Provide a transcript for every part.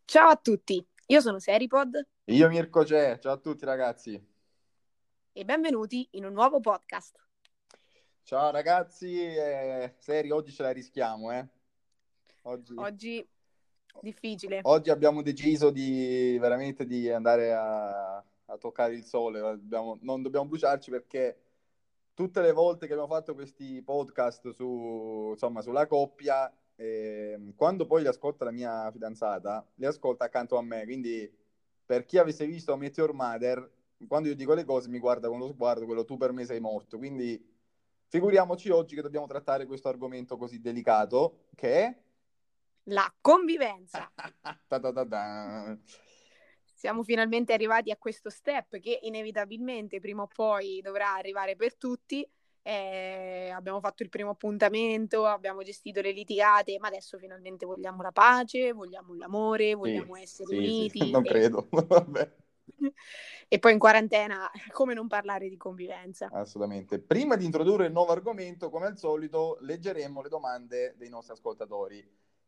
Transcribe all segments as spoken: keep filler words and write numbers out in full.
Ciao a tutti, io sono Seripod Io Mirko C'è, ciao a tutti ragazzi. e benvenuti in un nuovo podcast. Ciao ragazzi, eh, seri, oggi ce la rischiamo, eh. Oggi, Oggi difficile. oggi abbiamo deciso di veramente di andare a, a toccare il sole, Dobbiamo- non dobbiamo bruciarci perché tutte le volte che abbiamo fatto questi podcast su, insomma, sulla coppia, ehm, quando poi li ascolta la mia fidanzata, li ascolta accanto a me, quindi per chi avesse visto Meteor Mother, quando io dico le cose mi guarda con lo sguardo, quello tu per me sei morto, quindi figuriamoci oggi che dobbiamo trattare questo argomento così delicato, che è... La convivenza. Ta ta ta ta. Siamo finalmente arrivati a questo step che inevitabilmente prima o poi dovrà arrivare per tutti. Eh, abbiamo fatto il primo appuntamento, abbiamo gestito le litigate, ma adesso finalmente vogliamo la pace, vogliamo l'amore, Sì, vogliamo essere sì, sì, uniti non e... credo, vabbè. e poi in quarantena come non parlare di convivenza? Assolutamente. Prima di introdurre il nuovo argomento, come al solito, leggeremo le domande dei nostri ascoltatori.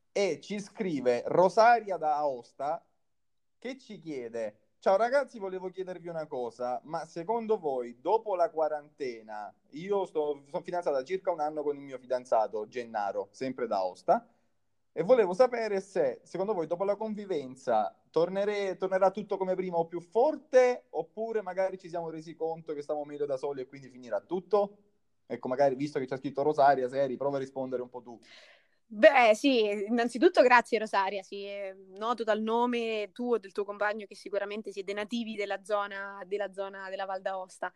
E ci scrive Rosaria da Aosta che ci chiede: Ciao ragazzi, volevo chiedervi una cosa, ma secondo voi dopo la quarantena, io sto, sono fidanzata da circa un anno con il mio fidanzato Gennaro, sempre da Aosta, e volevo sapere se secondo voi dopo la convivenza tornere, tornerà tutto come prima o più forte, oppure magari ci siamo resi conto che stiamo meglio da soli e quindi finirà tutto? Ecco, magari visto che c'è scritto Rosaria, Seri, prova a rispondere un po' tu. Beh, sì, innanzitutto grazie Rosaria, sì, eh, noto dal nome tuo e del tuo compagno che sicuramente siete nativi della zona, della zona della Val d'Aosta.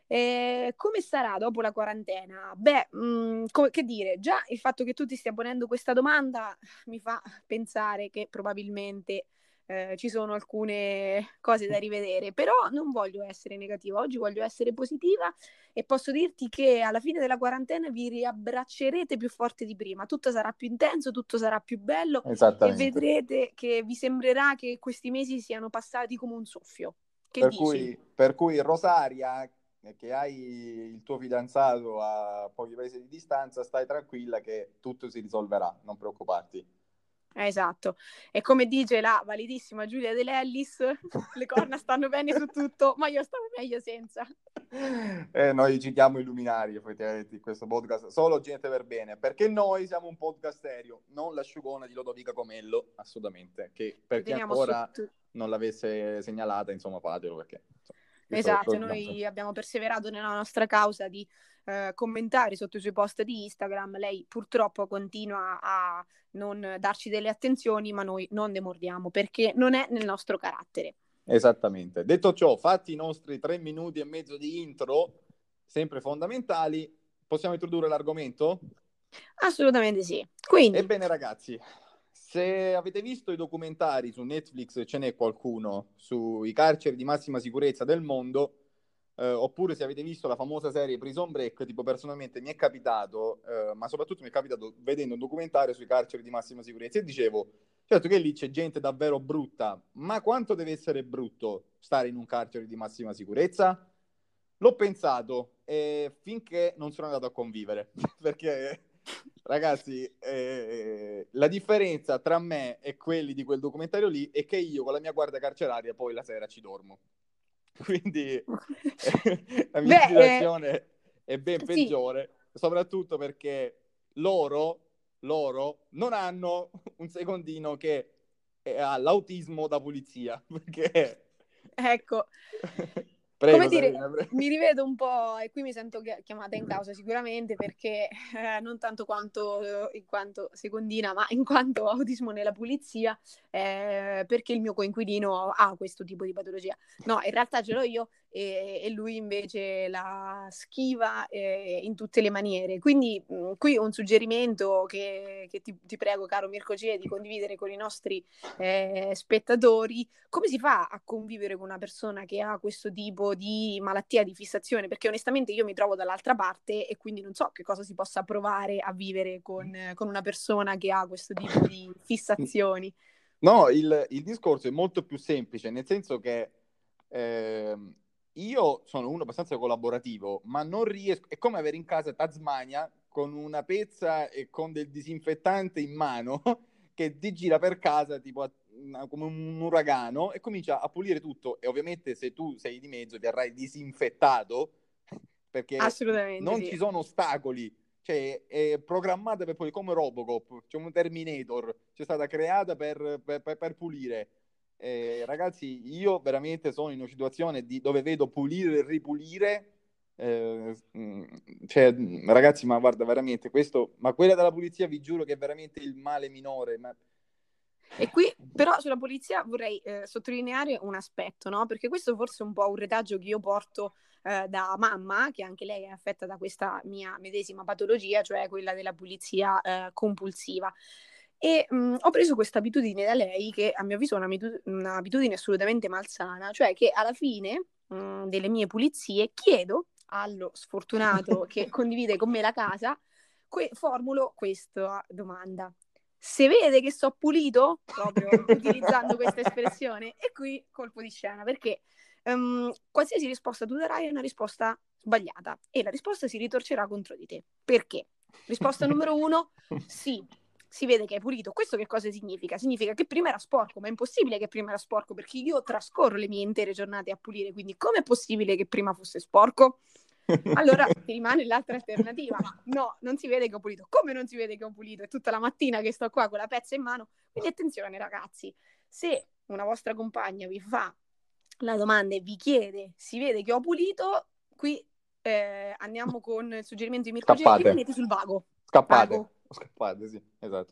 Eh, come sarà dopo la quarantena? Beh, mh, co- che dire, già il fatto che tu ti stia ponendo questa domanda mi fa pensare che probabilmente eh, ci sono alcune cose da rivedere, però non voglio essere negativa, oggi voglio essere positiva e posso dirti che alla fine della quarantena vi riabbraccerete più forte di prima, tutto sarà più intenso, tutto sarà più bello e Esattamente. vedrete che vi sembrerà che questi mesi siano passati come un soffio. Che Per dici? cui, per cui Rosaria, eh, che hai il tuo fidanzato a pochi paesi di distanza, stai tranquilla che tutto si risolverà, non preoccuparti. Eh, esatto. E come dice la validissima Giulia De Lellis, le corna stanno bene su tutto, ma io stavo meglio senza. Eh, noi citiamo i luminari effettivamente in questo podcast, solo gente per bene, perché noi siamo un podcast serio, non l'asciugona di Lodovica Comello, assolutamente, che per Ci chi teniamo ancora sotto. non l'avesse segnalata, insomma, fatelo perché insomma, questo lo Esatto, dobbiamo noi sempre. abbiamo perseverato nella nostra causa di eh, commentare sotto i suoi post di Instagram. Lei purtroppo continua a non darci delle attenzioni, ma noi non demordiamo perché non è nel nostro carattere. Esattamente. Detto ciò, fatti i nostri tre minuti e mezzo di intro, sempre fondamentali, possiamo introdurre l'argomento? Assolutamente sì. Quindi, Ebbene ragazzi, se avete visto i documentari su Netflix, ce n'è qualcuno sui carceri di massima sicurezza del mondo, eh, oppure se avete visto la famosa serie Prison Break, tipo personalmente mi è capitato, eh, ma soprattutto mi è capitato vedendo un documentario sui carceri di massima sicurezza e dicevo, certo che lì c'è gente davvero brutta, ma quanto deve essere brutto stare in un carcere di massima sicurezza? L'ho pensato eh, finché non sono andato a convivere, perché ragazzi, eh, la differenza tra me e quelli di quel documentario lì è che io con la mia guardia carceraria poi la sera ci dormo. Quindi eh, la mia beh, eh, situazione è ben sì, peggiore, soprattutto perché loro, loro non hanno un secondino che ha l'autismo da pulizia, perché... ecco, come Prego, Serena, dire, prego. mi rivedo un po' e qui mi sento chiamata in causa sicuramente perché eh, non tanto quanto in quanto secondina, ma in quanto autismo nella pulizia, eh, perché il mio coinquilino ha questo tipo di patologia. No, in realtà ce l'ho io e, e lui invece la schiva eh, in tutte le maniere. Quindi mh, qui un suggerimento che, che ti, ti, prego, caro Mirko Cie, di condividere con i nostri eh, spettatori: come si fa a convivere con una persona che ha questo tipo di malattia di fissazione? Perché onestamente io mi trovo dall'altra parte e quindi non so che cosa si possa provare a vivere con, con una persona che ha questo tipo di fissazioni. No, il, il discorso è molto più semplice, nel senso che ehm, io sono uno abbastanza collaborativo, ma non riesco, è come avere in casa Tasmania con una pezza e con del disinfettante in mano che ti gira per casa tipo a, una- come un uragano e comincia a pulire tutto. E ovviamente se tu sei di mezzo verrai disinfettato perché Assolutamente non sì. ci sono ostacoli. Cioè, è programmata per poi come Robocop, c'è un Terminator, c'è stata creata per, per, per- per pulire. Eh, ragazzi, io veramente sono in una situazione di, dove vedo pulire e ripulire. eh, mm, cioè, mm, ragazzi, ma guarda, veramente questo, ma quella della pulizia vi giuro che è veramente il male minore. Ma... E qui però sulla polizia vorrei eh, sottolineare un aspetto, no? Perché questo forse è un po' un retaggio che io porto eh, da mamma, che anche lei è affetta da questa mia medesima patologia, cioè quella della pulizia eh, compulsiva. E mh, ho preso questa abitudine da lei, che a mio avviso è un'abitu- un'abitudine assolutamente malsana, cioè che alla fine mh, delle mie pulizie chiedo allo sfortunato che condivide con me la casa, que- formulo questa domanda: se vede che sto pulito, proprio utilizzando questa espressione, e qui colpo di scena, perché um, qualsiasi risposta tu darai è una risposta sbagliata e la risposta si ritorcerà contro di te. Perché? Risposta numero uno, sì, si vede che è pulito. Questo che cosa significa? Significa che prima era sporco, ma è impossibile che prima era sporco perché io trascorro le mie intere giornate a pulire, quindi com'è possibile che prima fosse sporco? Allora ti rimane l'altra alternativa. No, non si vede che ho pulito. Come non si vede che ho pulito? È tutta la mattina che sto qua con la pezza in mano. Quindi attenzione ragazzi, se una vostra compagna vi fa la domanda e vi chiede, si vede che ho pulito, qui eh, andiamo con il suggerimento di Mirko G, Scappate. rimanete sul vago. Scappate. Vago. Scappate, sì, esatto.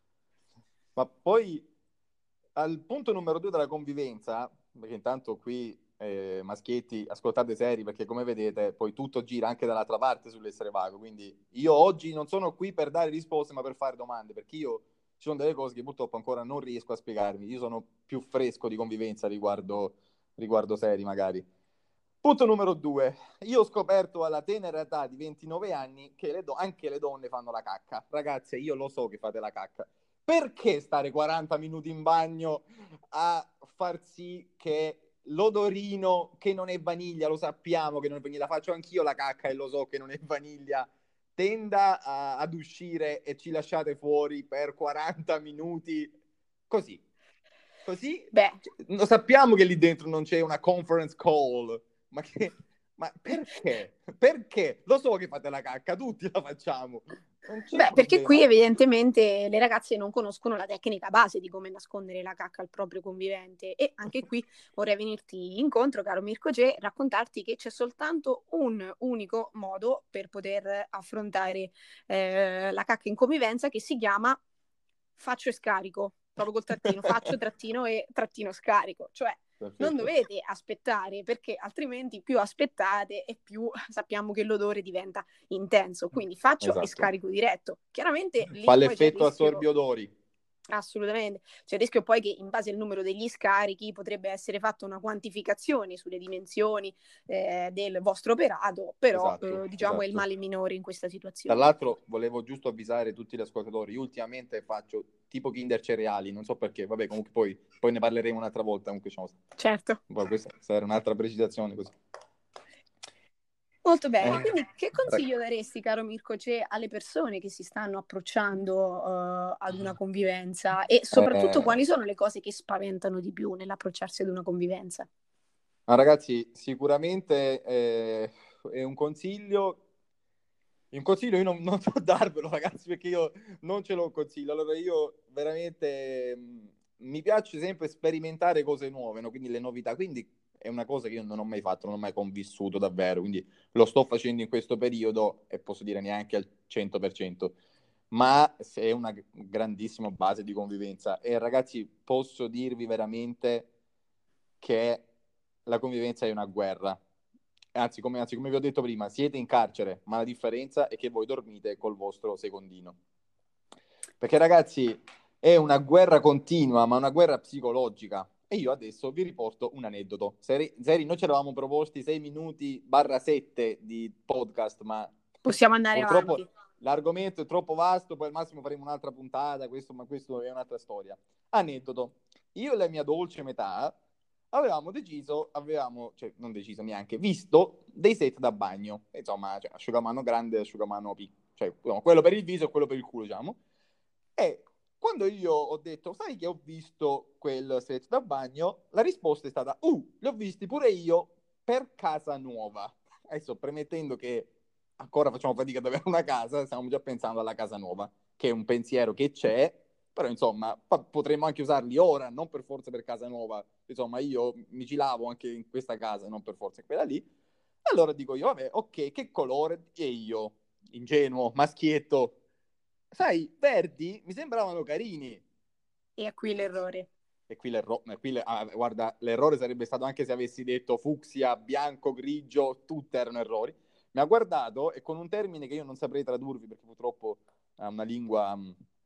Ma poi al punto numero due della convivenza, perché intanto qui eh, maschietti ascoltate seri perché come vedete poi tutto gira anche dall'altra parte sull'essere vago, quindi io oggi non sono qui per dare risposte ma per fare domande, perché io ci sono delle cose che purtroppo ancora non riesco a spiegarmi, io sono più fresco di convivenza riguardo, riguardo seri magari. Punto numero due, io ho scoperto alla tenera età di ventinove anni che le do- anche le donne fanno la cacca. Ragazze, io lo so che fate la cacca. Perché stare quaranta minuti in bagno a far sì che l'odorino che non è vaniglia, lo sappiamo che non è vaniglia, faccio anch'io la cacca e lo so che non è vaniglia, tenda a, ad uscire e ci lasciate fuori per quaranta minuti così. Così Beh, lo sappiamo che lì dentro non c'è una conference call, ma che ma perché? Perché? Lo so che fate la cacca, tutti la facciamo. Non c'è Beh, perché qui problema. evidentemente le ragazze non conoscono la tecnica base di come nascondere la cacca al proprio convivente e anche qui vorrei venirti incontro, caro Mirko G, raccontarti che c'è soltanto un unico modo per poter affrontare eh, la cacca in convivenza che si chiama faccio e scarico, proprio col trattino, faccio trattino e trattino scarico, cioè non Perfetto. dovete aspettare perché altrimenti più aspettate e più sappiamo che l'odore diventa intenso, quindi faccio e Esatto. scarico diretto. Chiaramente Fa lì poi c'è il l'effetto rischio, assorbi odori. assolutamente, c'è il rischio poi che in base al numero degli scarichi potrebbe essere fatta una quantificazione sulle dimensioni eh, del vostro operato, però Esatto, eh, diciamo è il esatto. male minore in questa Tra situazione. l'altro volevo giusto avvisare tutti gli ascoltatori, io ultimamente faccio tipo Kinder cereali, non so perché, vabbè comunque poi, poi ne parleremo un'altra volta, comunque diciamo, Certo. poi questa sarà un'altra precisazione così. Molto bene, Eh, quindi che consiglio daresti, caro Mirko C, alle persone che si stanno approcciando uh, ad una convivenza e soprattutto eh, quali sono le cose che spaventano di più nell'approcciarsi ad una convivenza? ma ragazzi, sicuramente eh, è un consiglio. Un consiglio io non, non so darvelo, ragazzi, perché io non ce l'ho un consiglio. Allora, io veramente mh, mi piace sempre sperimentare cose nuove, no? Quindi le novità. Quindi è una cosa che io non ho mai fatto, non ho mai convissuto davvero. Quindi lo sto facendo in questo periodo e posso dire neanche al cento per cento. Ma è una grandissima base di convivenza. E ragazzi, posso dirvi veramente che la convivenza è una guerra. Anzi come, anzi, come vi ho detto prima, siete in carcere, ma la differenza è che voi dormite col vostro secondino. Perché ragazzi, è una guerra continua, ma una guerra psicologica. E io adesso vi riporto un aneddoto. Seri, Seri noi ci eravamo proposti sei minuti barra sette di podcast, ma Possiamo andare purtroppo avanti. l'argomento è troppo vasto, poi al massimo faremo un'altra puntata, questo, ma questo è un'altra storia. Aneddoto. Io e la mia dolce metà avevamo deciso, avevamo, cioè non deciso neanche, visto dei set da bagno. Insomma, cioè, asciugamano grande e asciugamano piccolo. Cioè, quello per il viso e quello per il culo, diciamo. E quando io ho detto, sai che ho visto quel set da bagno, la risposta è stata, uh, li ho visti pure io per casa nuova. Adesso, premettendo che ancora facciamo fatica ad avere una casa, stiamo già pensando alla casa nuova, che è un pensiero che c'è, però insomma pa- potremmo anche usarli ora, non per forza per casa nuova. Insomma, io mi ci lavo anche in questa casa, non per forza in quella lì. Allora dico io, vabbè, ok, che colore? E io, ingenuo, maschietto, sai, verdi mi sembravano carini. E a qui l'errore. E qui l'errore, qui le- ah, guarda, l'errore sarebbe stato anche se avessi detto fucsia, bianco, grigio, tutte erano errori. Mi ha guardato e con un termine che io non saprei tradurvi perché purtroppo ha una lingua,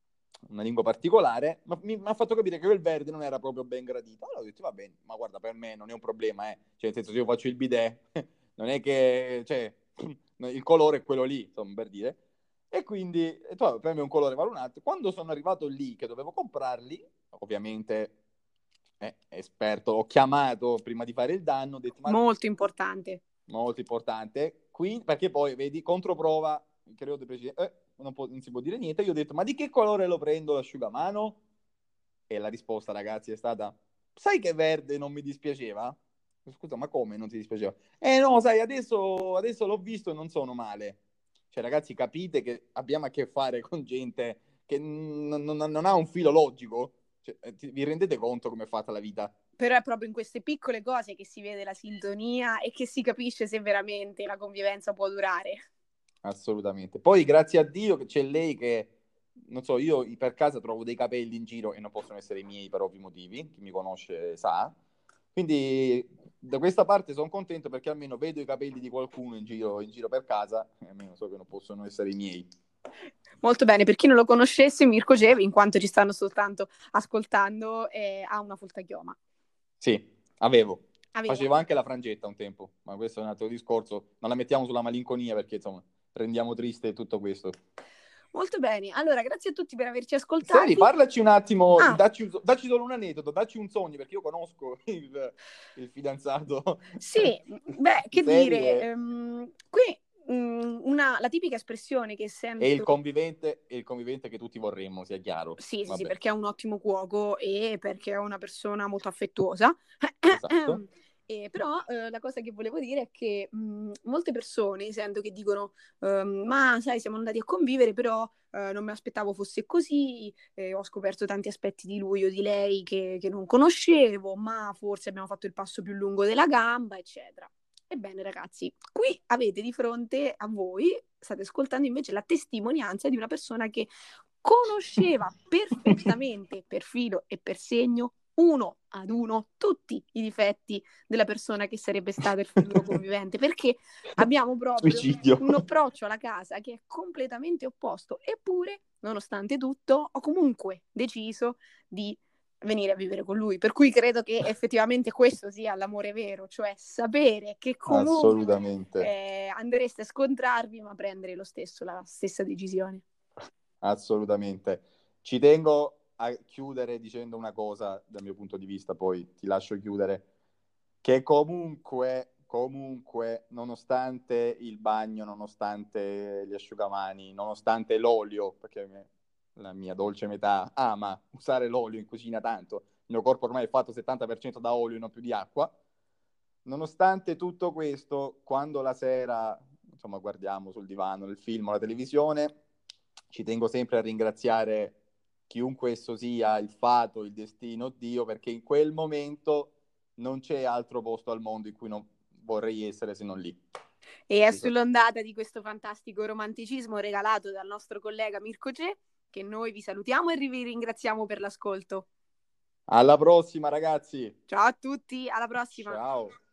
una lingua particolare, ma mi, mi ha fatto capire che quel verde non era proprio ben gradito. Allora ho detto, va bene, ma guarda, per me non è un problema, eh. Cioè, nel senso, se io faccio il bidet, non è che, cioè, il colore è quello lì, insomma, per dire. E quindi, tu, per me un colore vale un altro. Quando sono arrivato lì, che dovevo comprarli, ovviamente, eh, esperto, ho chiamato prima di fare il danno, ho detto, ma Molto importante. molto importante, qui, perché poi, vedi, controprova, credo di precisare, eh, non, può- non si può dire niente, io ho detto, ma di che colore lo prendo l'asciugamano? E la risposta, ragazzi, è stata, sai che verde non mi dispiaceva? Scusa, ma come non ti dispiaceva? Eh no, sai, adesso, adesso l'ho visto e non sono male. Cioè, ragazzi, capite che abbiamo a che fare con gente che n- n- non ha un filo logico? Cioè, eh, ti- vi rendete conto come è fatta la vita? Però è proprio in queste piccole cose che si vede la sintonia e che si capisce se veramente la convivenza può durare. Assolutamente. Poi, grazie a Dio che c'è lei che, non so, io per casa trovo dei capelli in giro e non possono essere i miei per ovvi motivi, chi mi conosce sa. Quindi da questa parte sono contento perché almeno vedo i capelli di qualcuno in giro, in giro per casa e almeno so che non possono essere i miei. Molto bene, per chi non lo conoscesse, Mirko Gevi, in quanto ci stanno soltanto ascoltando, eh, ha una folta chioma. Sì, avevo. Aveva. Facevo anche la frangetta un tempo, ma questo è un altro discorso. Non la mettiamo sulla malinconia perché, insomma, rendiamo triste tutto questo. Molto bene, allora grazie a tutti per averci Senti, ascoltati. parlaci un attimo, Ah, dacci, un- dacci solo un aneddoto, dacci un sogno, perché io conosco il, il fidanzato sì, beh, di che dire, serie ehm, qui mh, una, la tipica espressione che e il sento. convivente, e il convivente che tutti vorremmo, sia chiaro. Sì, sì, sì, Vabbè, perché è un ottimo cuoco e perché è una persona molto affettuosa. esatto. E però eh, la cosa che volevo dire è che mh, molte persone sento che dicono ehm, ma sai siamo andati a convivere però eh, non mi aspettavo fosse così, eh, ho scoperto tanti aspetti di lui o di lei che, che non conoscevo, ma forse abbiamo fatto il passo più lungo della gamba, eccetera. Ebbene ragazzi, qui avete di fronte a voi, state ascoltando invece la testimonianza di una persona che conosceva perfettamente per filo e per segno uno ad uno tutti i difetti della persona che sarebbe stata il futuro convivente, perché abbiamo proprio Suicidio. un approccio alla casa che è completamente opposto, eppure, nonostante tutto, ho comunque deciso di venire a vivere con lui, per cui credo che effettivamente questo sia l'amore vero, cioè sapere che comunque Assolutamente, eh, andreste a scontrarvi, ma prendere lo stesso la stessa decisione. assolutamente. Ci tengo a chiudere dicendo una cosa dal mio punto di vista, poi ti lascio chiudere, che comunque, comunque, nonostante il bagno, nonostante gli asciugamani, nonostante l'olio, perché la mia dolce metà ama usare l'olio in cucina tanto, il mio corpo ormai è fatto settanta per cento da olio e non più di acqua, nonostante tutto questo, quando la sera, insomma, guardiamo sul divano il film o la televisione, ci tengo sempre a ringraziare chiunque esso sia, il fato, il destino, Dio, perché in quel momento non c'è altro posto al mondo in cui non vorrei essere se non lì. E è sull'ondata di questo fantastico romanticismo regalato dal nostro collega Mirko Ge che noi vi salutiamo e vi ringraziamo per l'ascolto. Alla prossima, ragazzi. Ciao a tutti, alla prossima. Ciao.